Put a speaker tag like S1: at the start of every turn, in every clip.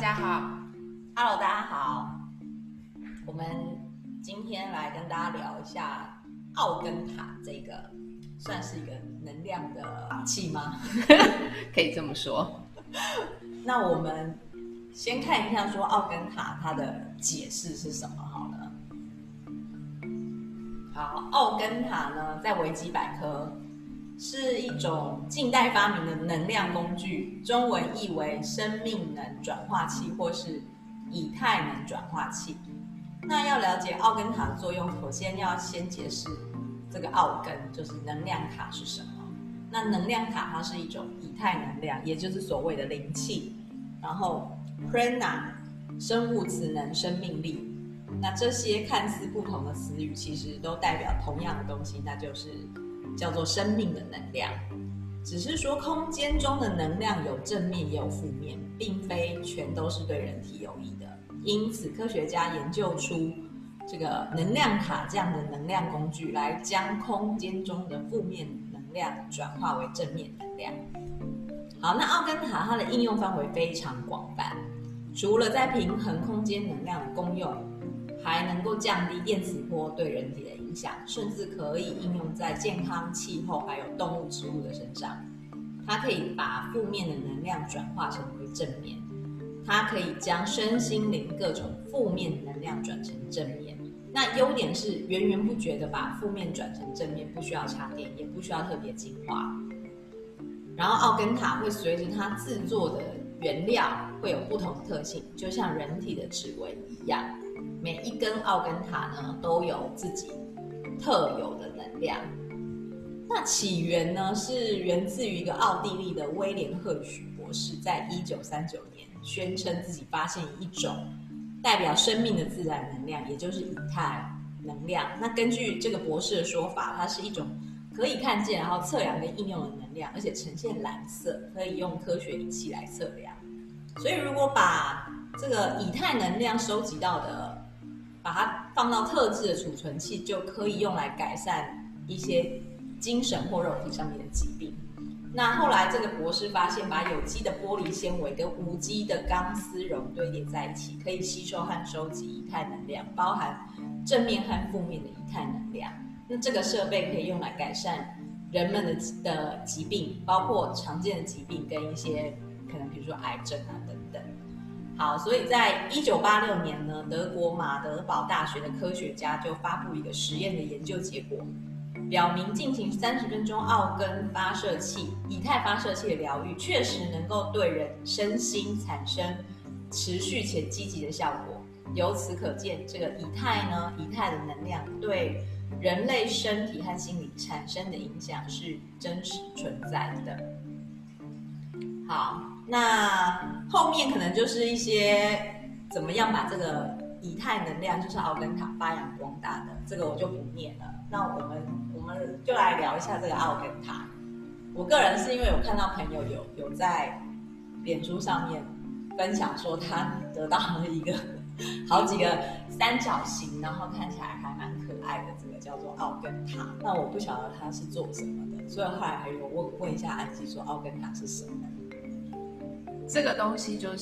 S1: 家好。
S2: Hello， 大家好。我们今天来跟大家聊一下奥根塔这个，算是一个能量的法器吗？
S1: 可以这么说。
S2: 那我们先看一下说奥根塔它的解释是什么好了。好，奥根塔呢，在维基百科是一种近代发明的能量工具，中文译为生命能转化器或是以太能转化器。那要了解奥根塔的作用，首先要先解释这个奥根，就是能量塔是什么。那能量塔它是一种以太能量，也就是所谓的灵气。然后 prana 生物磁能、生命力。那这些看似不同的词语，其实都代表同样的东西，那就是叫做生命的能量。只是说空间中的能量有正面也有负面，并非全都是对人体有益的。因此科学家研究出这个能量塔这样的能量工具，来将空间中的负面能量转化为正面能量。好，那奥根塔它的应用范围非常广泛，除了在平衡空间能量的功用，还能够降低电磁波对人体的影响，甚至可以应用在健康、气候还有动物、植物的身上。它可以把负面的能量转化成为正面，它可以将身心灵各种负面的能量转成正面。那优点是源源不绝的把负面转成正面，不需要插电，也不需要特别净化。然后奥根塔会随着它制作的原料会有不同的特性，就像人体的指纹一样，每一根奥根塔呢都有自己特有的能量。那起源呢是源自于一个奥地利的威廉赫许博士，在1939年宣称自己发现一种代表生命的自然能量，也就是以太能量。那根据这个博士的说法，它是一种可以看见然后测量跟应用的能量，而且呈现蓝色，可以用科学仪器来测量。所以如果把这个以太能量收集到的，把它放到特制的储存器，就可以用来改善一些精神或肉体上面的疾病。那后来这个博士发现，把有机的玻璃纤维跟无机的钢丝绒堆叠在一起，可以吸收和收集以太能量，包含正面和负面的以太能量。那这个设备可以用来改善人们的疾病，包括常见的疾病跟一些可能比如说癌症啊等等。好，所以在1986年呢，德国马德堡大学的科学家就发布一个实验的研究结果，表明进行30分钟奥根发射器、以太发射器的疗愈，确实能够对人身心产生持续且积极的效果。由此可见，这个以太的能量对人类身体和心理产生的影响是真实存在的。好，那后面可能就是一些怎么样把这个以太能量，就是奥根塔发扬光大的，这个我就不念了。那我们就来聊一下这个奥根塔。我个人是因为有看到朋友有在脸书上面分享说他得到了一个好几个三角形，然后看起来还蛮可爱的，这个叫做奥根塔。那我不晓得它是做什么的，所以后来还有问一下安吉说奥根塔是什么。
S1: 这个东西就是，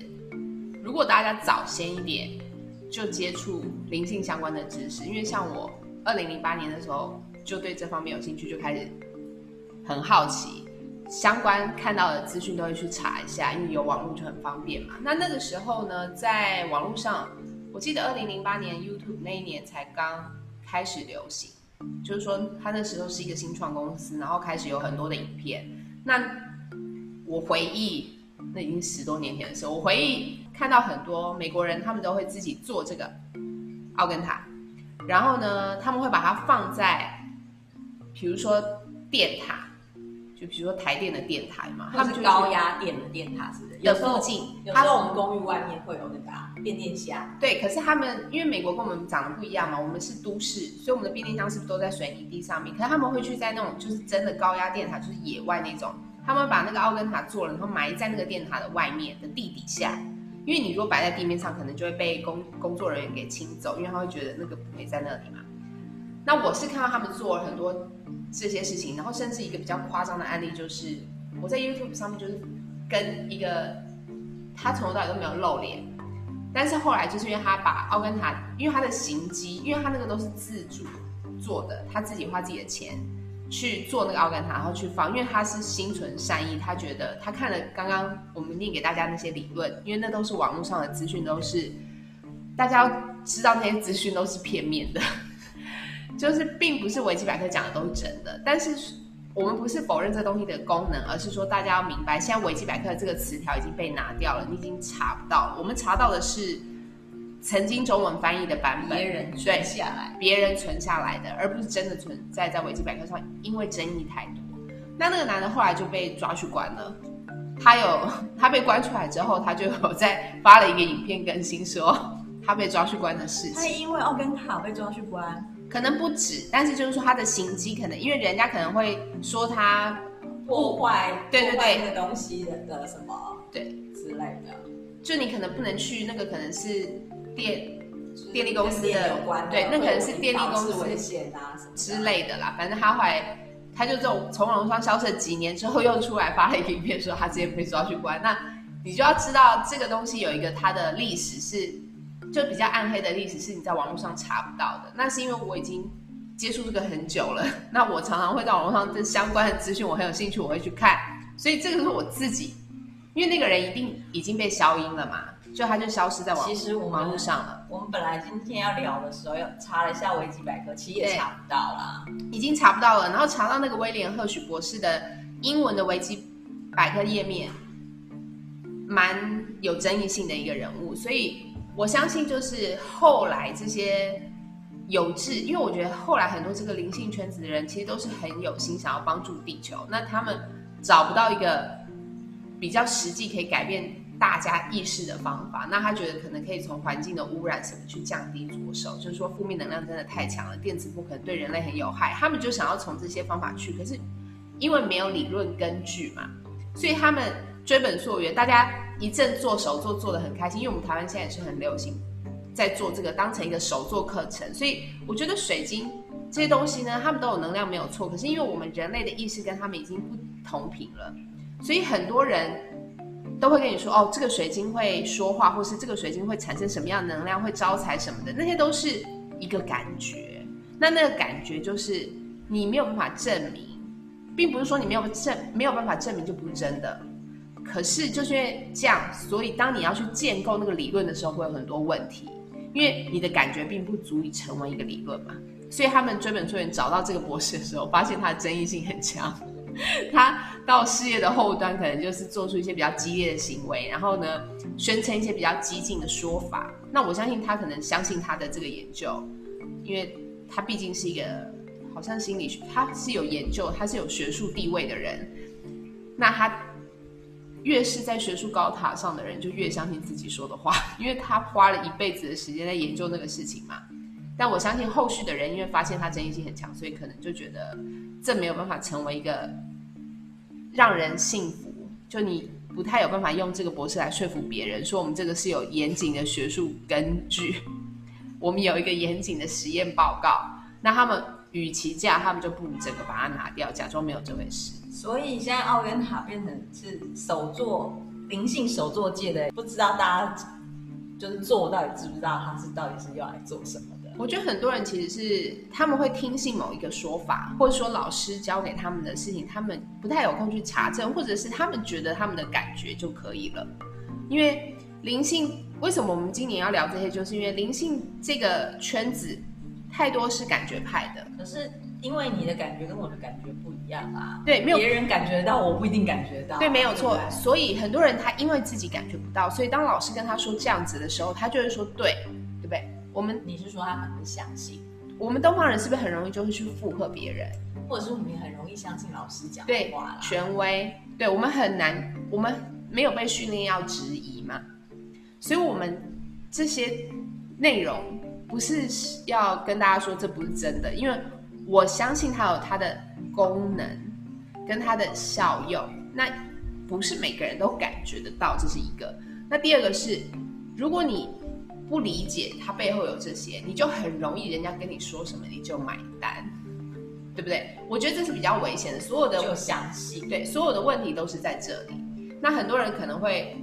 S1: 如果大家早先一点就接触灵性相关的知识，因为像我2008年的时候就对这方面有兴趣，就开始很好奇，相关看到的资讯都会去查一下，因为有网络就很方便嘛。那个时候呢，在网络上，我记得2008年 YouTube 那一年才刚开始流行，就是说他那时候是一个新创公司，然后开始有很多的影片。那我回忆，那已经10多年前的时候，我回忆看到很多美国人，他们都会自己做这个奥根塔，然后呢，他们会把它放在，比如说电塔，就比如说台电的电台嘛，
S2: 他们是高压电的电塔，是不是？
S1: 的附近，
S2: 有时候我们公寓外面会有那个变电箱。
S1: 对，可是他们因为美国跟我们长得不一样嘛，我们是都市，所以我们的变电箱是不是都在水泥地上面？可是他们会去在那种就是真的高压电塔，就是野外那种。他们把那个奥根塔做了，然后埋在那个电塔的外面的地底下，因为你如果摆在地面上，可能就会被工作人员给清走，因为他会觉得那个不可以在那里嘛。那我是看到他们做了很多这些事情，然后甚至一个比较夸张的案例就是，我在 YouTube 上面就是跟一个他从头到尾都没有露脸。但是后来就是因为他把奥根塔，因为他的行迹，因为他那个都是自主做的，他自己花自己的钱去做那个奥根塔，然后去放，因为他是心存善意，他觉得他看了刚刚我们念给大家那些理论，因为那都是网络上的资讯，都是大家要知道那些资讯都是片面的，就是并不是维基百科讲的都是真的。但是我们不是否认这东西的功能，而是说大家要明白，现在维基百科这个词条已经被拿掉了，你已经查不到了。我们查到的是曾经中文翻译的版本，
S2: 别人存下来，
S1: 别人存下来的，而不是真的存在维基百科上，因为争议太多。那个男的后来就被抓去关了。他被关出来之后，他就有在发了一个影片更新说他被抓去关的事情。
S2: 他因为奥根塔被抓去关。
S1: 可能不止，但是就是说他的行迹可能，因为人家可能会说他
S2: 破坏
S1: 对
S2: 那个东西的什么
S1: 对
S2: 之类的，
S1: 就你可能不能去那个可能是电力公司的
S2: 有关的，
S1: 对，那可能是电力公司
S2: 危险啊什么
S1: 之类的啦。反正他后来他就这种从网络上消失了几年之后，又出来发了一个影片说他之前被抓去关。那你就要知道这个东西有一个它的历史是。就比较暗黑的历史是你在网络上查不到的，那是因为我已经接触这个很久了，那我常常会在网络上这相关的资讯我很有兴趣，我会去看，所以这个是我自己，因为那个人一定已经被消音了嘛，就他就消失在网络上了。
S2: 我们本来今天要聊的时候，查了一下维基百科，其实也查不到啦，
S1: 已经查不到了。然后查到那个威廉赫许博士的英文的维基百科页面，蛮有争议性的一个人物，所以我相信就是后来这些有志，因为我觉得后来很多这个灵性圈子的人其实都是很有心想要帮助地球，那他们找不到一个比较实际可以改变大家意识的方法，那他觉得可能可以从环境的污染什么去降低着手，就是说负面能量真的太强了，电磁波可能对人类很有害，他们就想要从这些方法去，可是因为没有理论根据嘛，所以他们追本溯源，大家一阵做手作做得很开心，因为我们台湾现在也是很流行在做这个当成一个手作课程，所以我觉得水晶这些东西呢，他们都有能量没有错，可是因为我们人类的意识跟他们已经不同频了，所以很多人都会跟你说哦，这个水晶会说话，或是这个水晶会产生什么样的能量，会招财什么的，那些都是一个感觉，那个感觉就是你没有办法证明，并不是说你没有办法证明就不是真的，可是就是因为这样，所以当你要去建构那个理论的时候，会有很多问题，因为你的感觉并不足以成为一个理论嘛。所以他们追本溯源找到这个博士的时候，发现他的争议性很强，他到事业的后端可能就是做出一些比较激烈的行为，然后呢宣称一些比较激进的说法。那我相信他可能相信他的这个研究，因为他毕竟是一个好像心理学，他是有研究，他是有学术地位的人，那他越是在学术高塔上的人就越相信自己说的话，因为他花了一辈子的时间在研究那个事情嘛。但我相信后续的人因为发现他争议性很强，所以可能就觉得这没有办法成为一个让人信服，就你不太有办法用这个博士来说服别人说我们这个是有严谨的学术根据，我们有一个严谨的实验报告，那他们与其这样，他们就不如整个把它拿掉，假装没有这回事。
S2: 所以现在奥根塔变成是手作灵性手作界的，不知道大家就是做到底知不知道他是到底是要来做什么的。
S1: 我觉得很多人其实是他们会听信某一个说法，或者说老师教给他们的事情，他们不太有空去查证，或者是他们觉得他们的感觉就可以了。因为灵性，为什么我们今年要聊这些，就是因为灵性这个圈子太多是感觉派的。
S2: 可是因为你的感觉跟我的感觉不一样啊，
S1: 对，没有
S2: 别人感觉到，我不一定感觉到。
S1: 对，没有错。所以很多人他因为自己感觉不到，所以当老师跟他说这样子的时候，他就会说对不对？
S2: 你是说他很不相信？
S1: 我们东方人是不是很容易就会去附和别人，
S2: 或者是我们也很容易相信老师讲的话啦？
S1: 对，权威，对，我们很难，我们没有被训练要质疑嘛，所以我们这些内容不是要跟大家说这不是真的，因为我相信它有它的功能跟它的效用，那不是每个人都感觉得到，这是一个。那第二个是，如果你不理解它背后有这些，你就很容易人家跟你说什么你就买单，对不对？我觉得这是比较危险的，所有的
S2: 就相信，
S1: 对，所有的问题都是在这里。那很多人可能会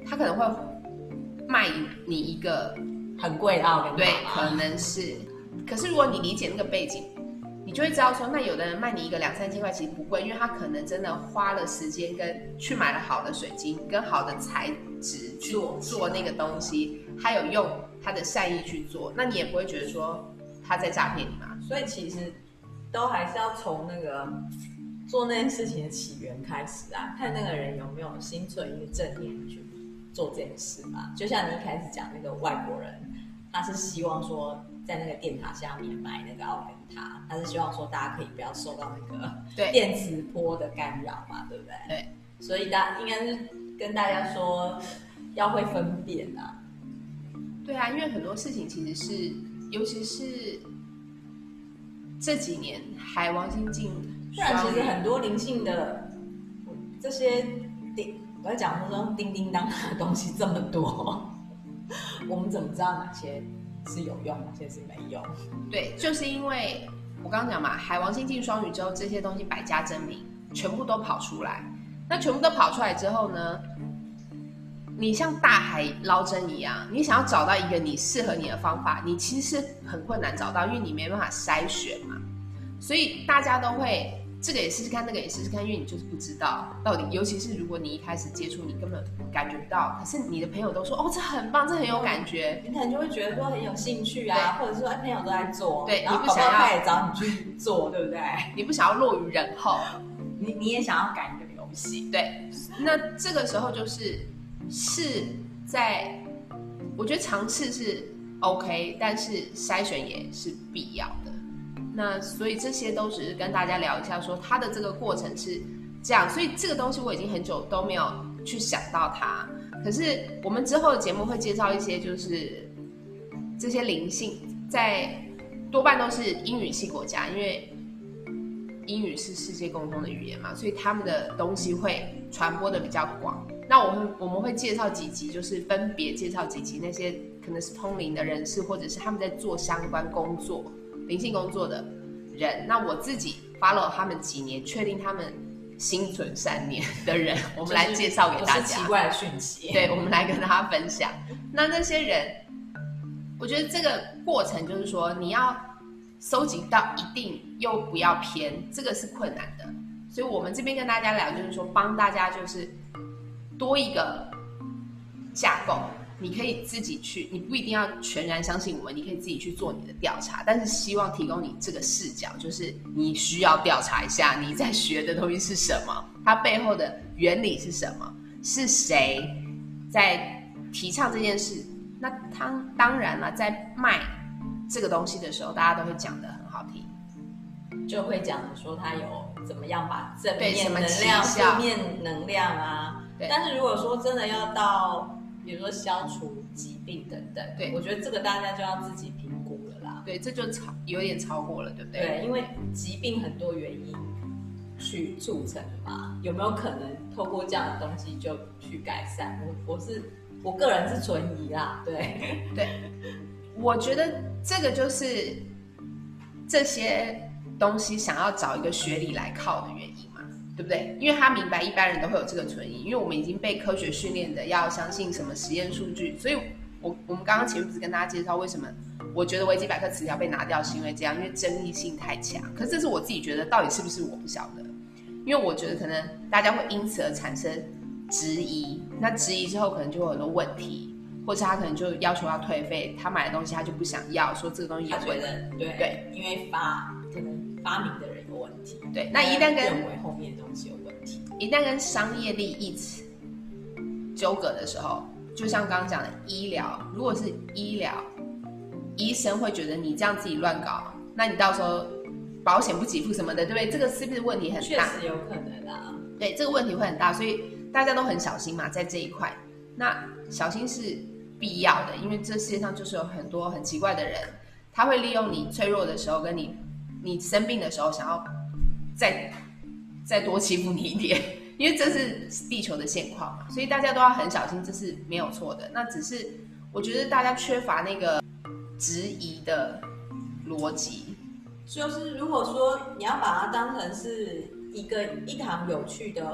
S1: 他可能会卖你一个
S2: 很贵的奥根塔，
S1: 对，可能是。可是如果你理解那个背景，你就会知道说，那有的人卖你一个2、3千块其实不贵，因为他可能真的花了时间跟去买了好的水晶跟好的材质去做那个东西，他有用他的善意去做，那你也不会觉得说他在诈骗你嘛。
S2: 所以其实都还是要从那个做那件事情的起源开始啊，看那个人有没有心存一个正念去做这件事嘛。就像你一开始讲那个外国人，他是希望说在那个电塔下面买那个奥根塔，他是希望说大家可以不要受到那个电磁波的干扰嘛，对不对？
S1: 对，
S2: 所以大家应该是跟大家说要会分辨啊。
S1: 对啊，因为很多事情其实是，尤其是这几年海王星进，
S2: 不然其实很多灵性的这些我在讲说叮叮当当的东西这么多，我们怎么知道哪些是有用，哪些是没用？
S1: 对，就是因为我刚刚讲嘛，海王星进双鱼之后，这些东西百家争鸣，全部都跑出来。那全部都跑出来之后呢，你像大海捞针一样，你想要找到一个你适合你的方法，你其实是很困难找到，因为你没办法筛选嘛。所以大家都会这个也试试看，那个也试试看，因为你就是不知道到底，尤其是如果你一开始接触，你根本感觉不到，可是你的朋友都说哦，这很棒，这很有感觉，
S2: 你可能就会觉得说很有兴趣啊，或者说朋友都在做，
S1: 对，
S2: 然后
S1: 你不想要
S2: 开始找你去做，对不对？
S1: 你不想要落于人后，
S2: 你也想要赶一个流行，
S1: 对。那这个时候是在，我觉得尝试是 OK， 但是筛选也是必要的。那所以这些都只是跟大家聊一下，说它的这个过程是这样，所以这个东西我已经很久都没有去想到它。可是我们之后的节目会介绍一些，就是这些灵性，在多半都是英语系国家，因为英语是世界共通的语言嘛，所以他们的东西会传播的比较广。那我们会介绍几集，就是分别介绍几集那些可能是通灵的人士，或者是他们在做相关工作、灵性工作的人。那我自己 follow 他们几年，确定他们心存善念的人，我们来介绍给大家。
S2: 不是奇怪的讯息，
S1: 对，我们来跟大家分享。那些人，我觉得这个过程就是说，你要收集到一定又不要偏，这个是困难的。所以我们这边跟大家聊，就是说帮大家就是多一个架构，你可以自己去，你不一定要全然相信我们，你可以自己去做你的调查，但是希望提供你这个视角，就是你需要调查一下你在学的东西是什么，它背后的原理是什么，是谁在提倡这件事。那他当然了，在卖这个东西的时候，大家都会讲得很好听，
S2: 就会讲说他有怎么样把正面能量、负面能量啊。但是如果说真的要到，比如说消除疾病等等，对，我觉得这个大家就要自己评估了啦。
S1: 对，这就有点超过了，对不对？
S2: 对，因为疾病很多原因去促成嘛，有没有可能透过这样的东西就去改善？我个人是存疑啦，对
S1: 对，我觉得这个就是这些东西想要找一个学理来靠的原因嘛，对不对？因为他明白一般人都会有这个存疑，因为我们已经被科学训练的要相信什么实验数据，所以我们刚刚前面不是跟大家介绍为什么我觉得维基百科词条被拿掉是因为这样，因为争议性太强。可是这是我自己觉得到底是不是我不晓得，因为我觉得可能大家会因此而产生质疑，那质疑之后可能就会有很多问题，或者他可能就要求要退费，他买的东西他就不想要，说这个东西有问题。
S2: 对，因为可能发明的人有问题。
S1: 对，那一旦跟
S2: 认为后面的东西有问题，
S1: 一旦跟商业利益纠葛的时候，就像刚刚讲的医疗，如果是医疗，医生会觉得你这样自己乱搞，那你到时候保险不给付什么的，对不对？这个是不是问题很大？
S2: 确实有可能啊。
S1: 对，这个问题会很大，所以大家都很小心嘛，在这一块。那小心是必要的，因为这世界上就是有很多很奇怪的人，他会利用你脆弱的时候，跟你生病的时候，想要再多欺负你一点，因为这是地球的现况嘛，所以大家都要很小心，这是没有错的。那只是我觉得大家缺乏那个质疑的逻辑，
S2: 就是如果说你要把它当成是一堂有趣的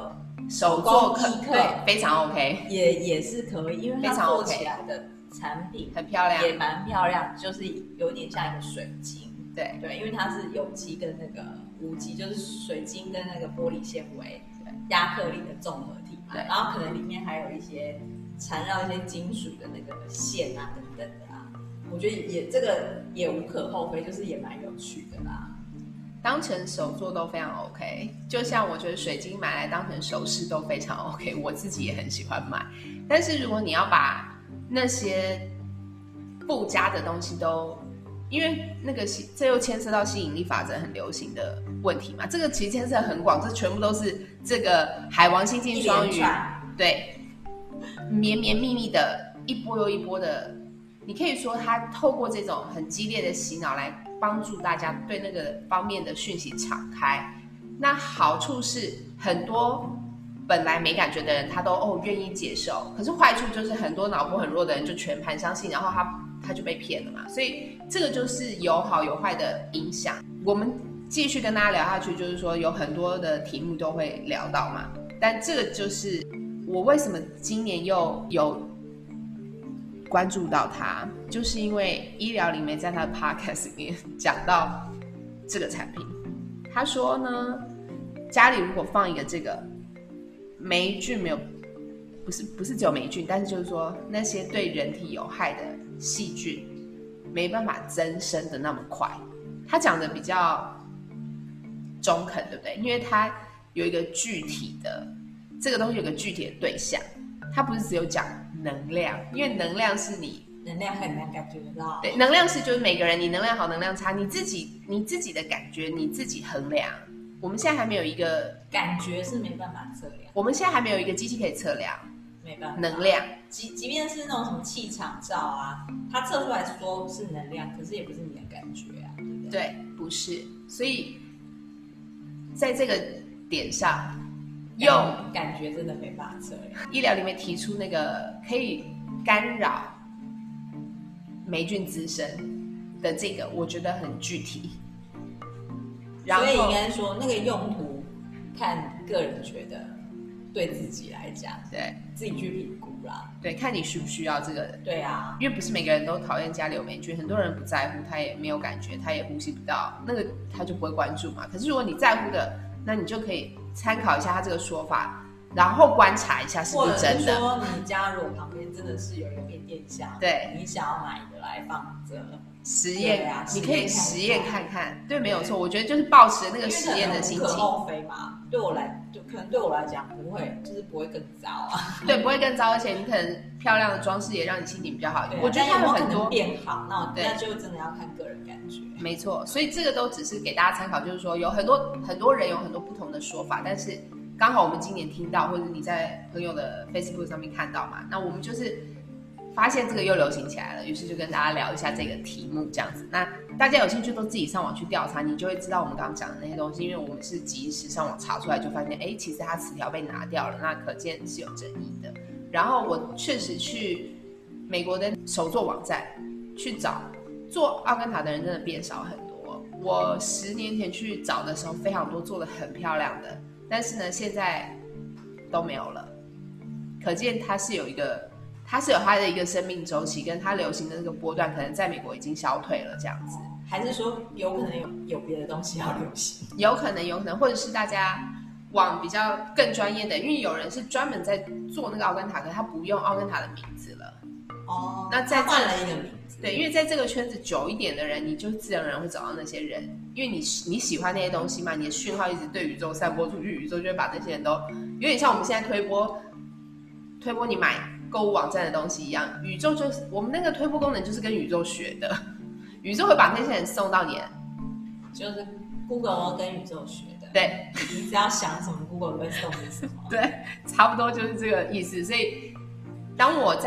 S1: 手做可
S2: 以
S1: 非常 OK，
S2: 也是可以，因为它做起来的产品
S1: 很漂亮，
S2: 也蛮漂亮，就是有点像一个水晶。
S1: 对，
S2: 因为它是有机跟那个无机，就是水晶跟那个玻璃纤维、亚克力的综合体嘛。然后可能里面还有一些缠绕一些金属的那个线啊等等的啦。我觉得这个也无可厚非，就是也蛮有趣的啦。
S1: 当成手作都非常 OK， 就像我觉得水晶买来当成首饰都非常 OK， 我自己也很喜欢买。但是如果你要把那些附加的东西都，因为那个这又牵涉到吸引力法则很流行的问题嘛，这个其实牵涉很广，这全部都是这个海王星进双鱼，对，绵绵密密的一波又一波的，你可以说它透过这种很激烈的洗脑来帮助大家对那个方面的讯息敞开。那好处是很多本来没感觉的人他都愿意接受，可是坏处就是很多脑波很弱的人就全盘相信，然后他就被骗了嘛。所以这个就是有好有坏的影响。我们继续跟大家聊下去，就是说有很多的题目都会聊到嘛，但这个就是我为什么今年又有关注到他，就是因为医疗灵媒在他的 podcast 里面讲到这个产品。他说呢，家里如果放一个这个霉菌，没有，不是只有霉菌，但是就是说那些对人体有害的细菌没办法增生的那么快。他讲的比较中肯，对不对？因为他有一个具体的这个东西，有个具体的对象，他不是只有讲能量，因为能量是你
S2: 能量很难感觉得到，
S1: 对，能量是就是每个人你能量好能量差，你自己的感觉你自己衡量。我们现在还没有一个
S2: 感觉是没办法测量，
S1: 我们现在还没有一个机器可以测量
S2: 没办法
S1: 能量，
S2: 即便是那种什么气场照啊，它测出来说是能量，可是也不是你的感觉啊，对不对？
S1: 对，不是。所以在这个点上，用
S2: 感觉真的没办法测量。
S1: 医疗里面提出那个可以干扰霉菌滋生的这个，我觉得很具体。
S2: 所以应该说那个用途，看个人觉得对自己来讲，
S1: 对
S2: 自己去评估啦。
S1: 对，看你需不需要这个。
S2: 对啊，
S1: 因为不是每个人都讨厌家里有霉菌，很多人不在乎，他也没有感觉，他也呼吸不到，那个他就不会关注嘛。可是如果你在乎的，那你就可以参考一下他这个说法，然后观察一下是不是真的。
S2: 或者是说你家如果旁边真的是有一个变电箱，
S1: 对，
S2: 你想要买的来放着
S1: 实验，你可以实验看看，对，没有错。我觉得就是抱持那个实验的心情。
S2: 无可厚非嘛，可能对我来讲不会，就是不会更糟啊。
S1: 对，不会更糟，而且你可能漂亮的装饰也让你心情比较好。我觉得
S2: 它
S1: 有很多
S2: 变好，那就真的要看个人感觉。
S1: 没错，所以这个都只是给大家参考，就是说有很多人有很多不同的说法，但是刚好我们今年听到，或者你在朋友的 Facebook 上面看到嘛，那我们就是发现这个又流行起来了，于是就跟大家聊一下这个题目这样子。那大家有兴趣都自己上网去调查，你就会知道我们刚刚讲的那些东西，因为我们是即时上网查出来，就发现其实它词条被拿掉了，那可见是有争议的。然后我确实去美国的手作网站去找做奥根塔的人，真的变少很多。我10年前去找的时候，非常多做的很漂亮的，但是呢，现在都没有了。可见它是有它的一个生命周期，跟它流行的那个波段，可能在美国已经消退了这样子。
S2: 还是说有可能有别的东西要流行？
S1: 有可能，或者是大家往比较更专业的，因为有人是专门在做那个奥根塔，可他不用奥根塔的名字了。
S2: 哦，
S1: 那在
S2: 换了一个名字。
S1: 对，因为在这个圈子久一点的人，你就自然而然会找到那些人，因为你喜欢那些东西嘛，你的讯号一直对宇宙散播出去，宇宙就会把那些人都有点像我们现在推播你买购物网站的东西一样，宇宙就是我们那个推播功能就是跟宇宙学的，宇宙会把那些人送到你的，
S2: 就是 Google 跟宇宙学的。
S1: 对，
S2: 你只要想什么 Google 都会送你什么。
S1: 对，差不多就是这个意思。所以当我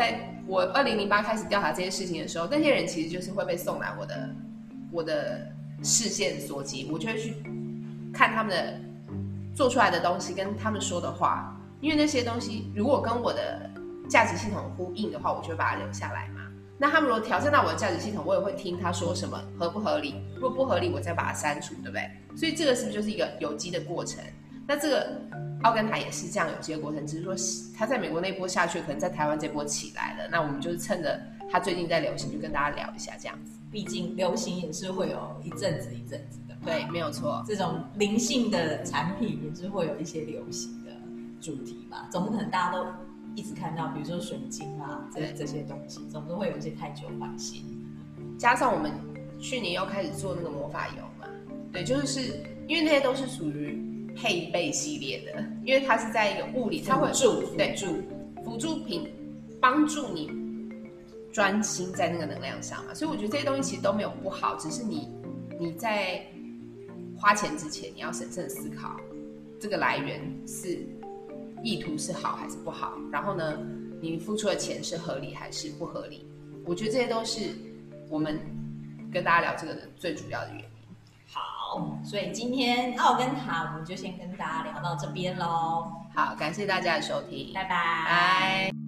S1: 2008开始调查这些事情的时候，那些人其实就是会被送来我的视线所及，我就会去看他们的做出来的东西跟他们说的话，因为那些东西如果跟我的价值系统呼应的话，我就会把它留下来嘛。那他们如果挑战到我的价值系统，我也会听他说什么合不合理，如果不合理我再把它删除，对不对？所以这个是不是就是一个有机的过程？那这个奥根塔也是这样有机的过程，只是说他在美国那波下去，可能在台湾这波起来了。那我们就是趁着他最近在流行，就跟大家聊一下这样子。
S2: 毕竟流行也是会有一阵子的嘛。
S1: 对，没有错。
S2: 这种灵性的产品也是会有一些流行的主题嘛，总不可能大家都一直看到，比如说水晶啊这些东西，总是会有一些太久换新。
S1: 加上我们去年又开始做那个魔法油嘛，对，就是因为那些都是属于配备系列的，因为它是在一个物理，它会辅助品，帮助你专心在那个能量上嘛。所以我觉得这些东西其实都没有不好，只是你在花钱之前，你要审慎思考这个来源是意图是好还是不好，然后呢，你付出的钱是合理还是不合理。我觉得这些都是我们跟大家聊这个的最主要的原因。
S2: 好，所以今天奥根塔我们就先跟大家聊到这边咯。
S1: 好，感谢大家的收听，
S2: 拜拜。
S1: 拜。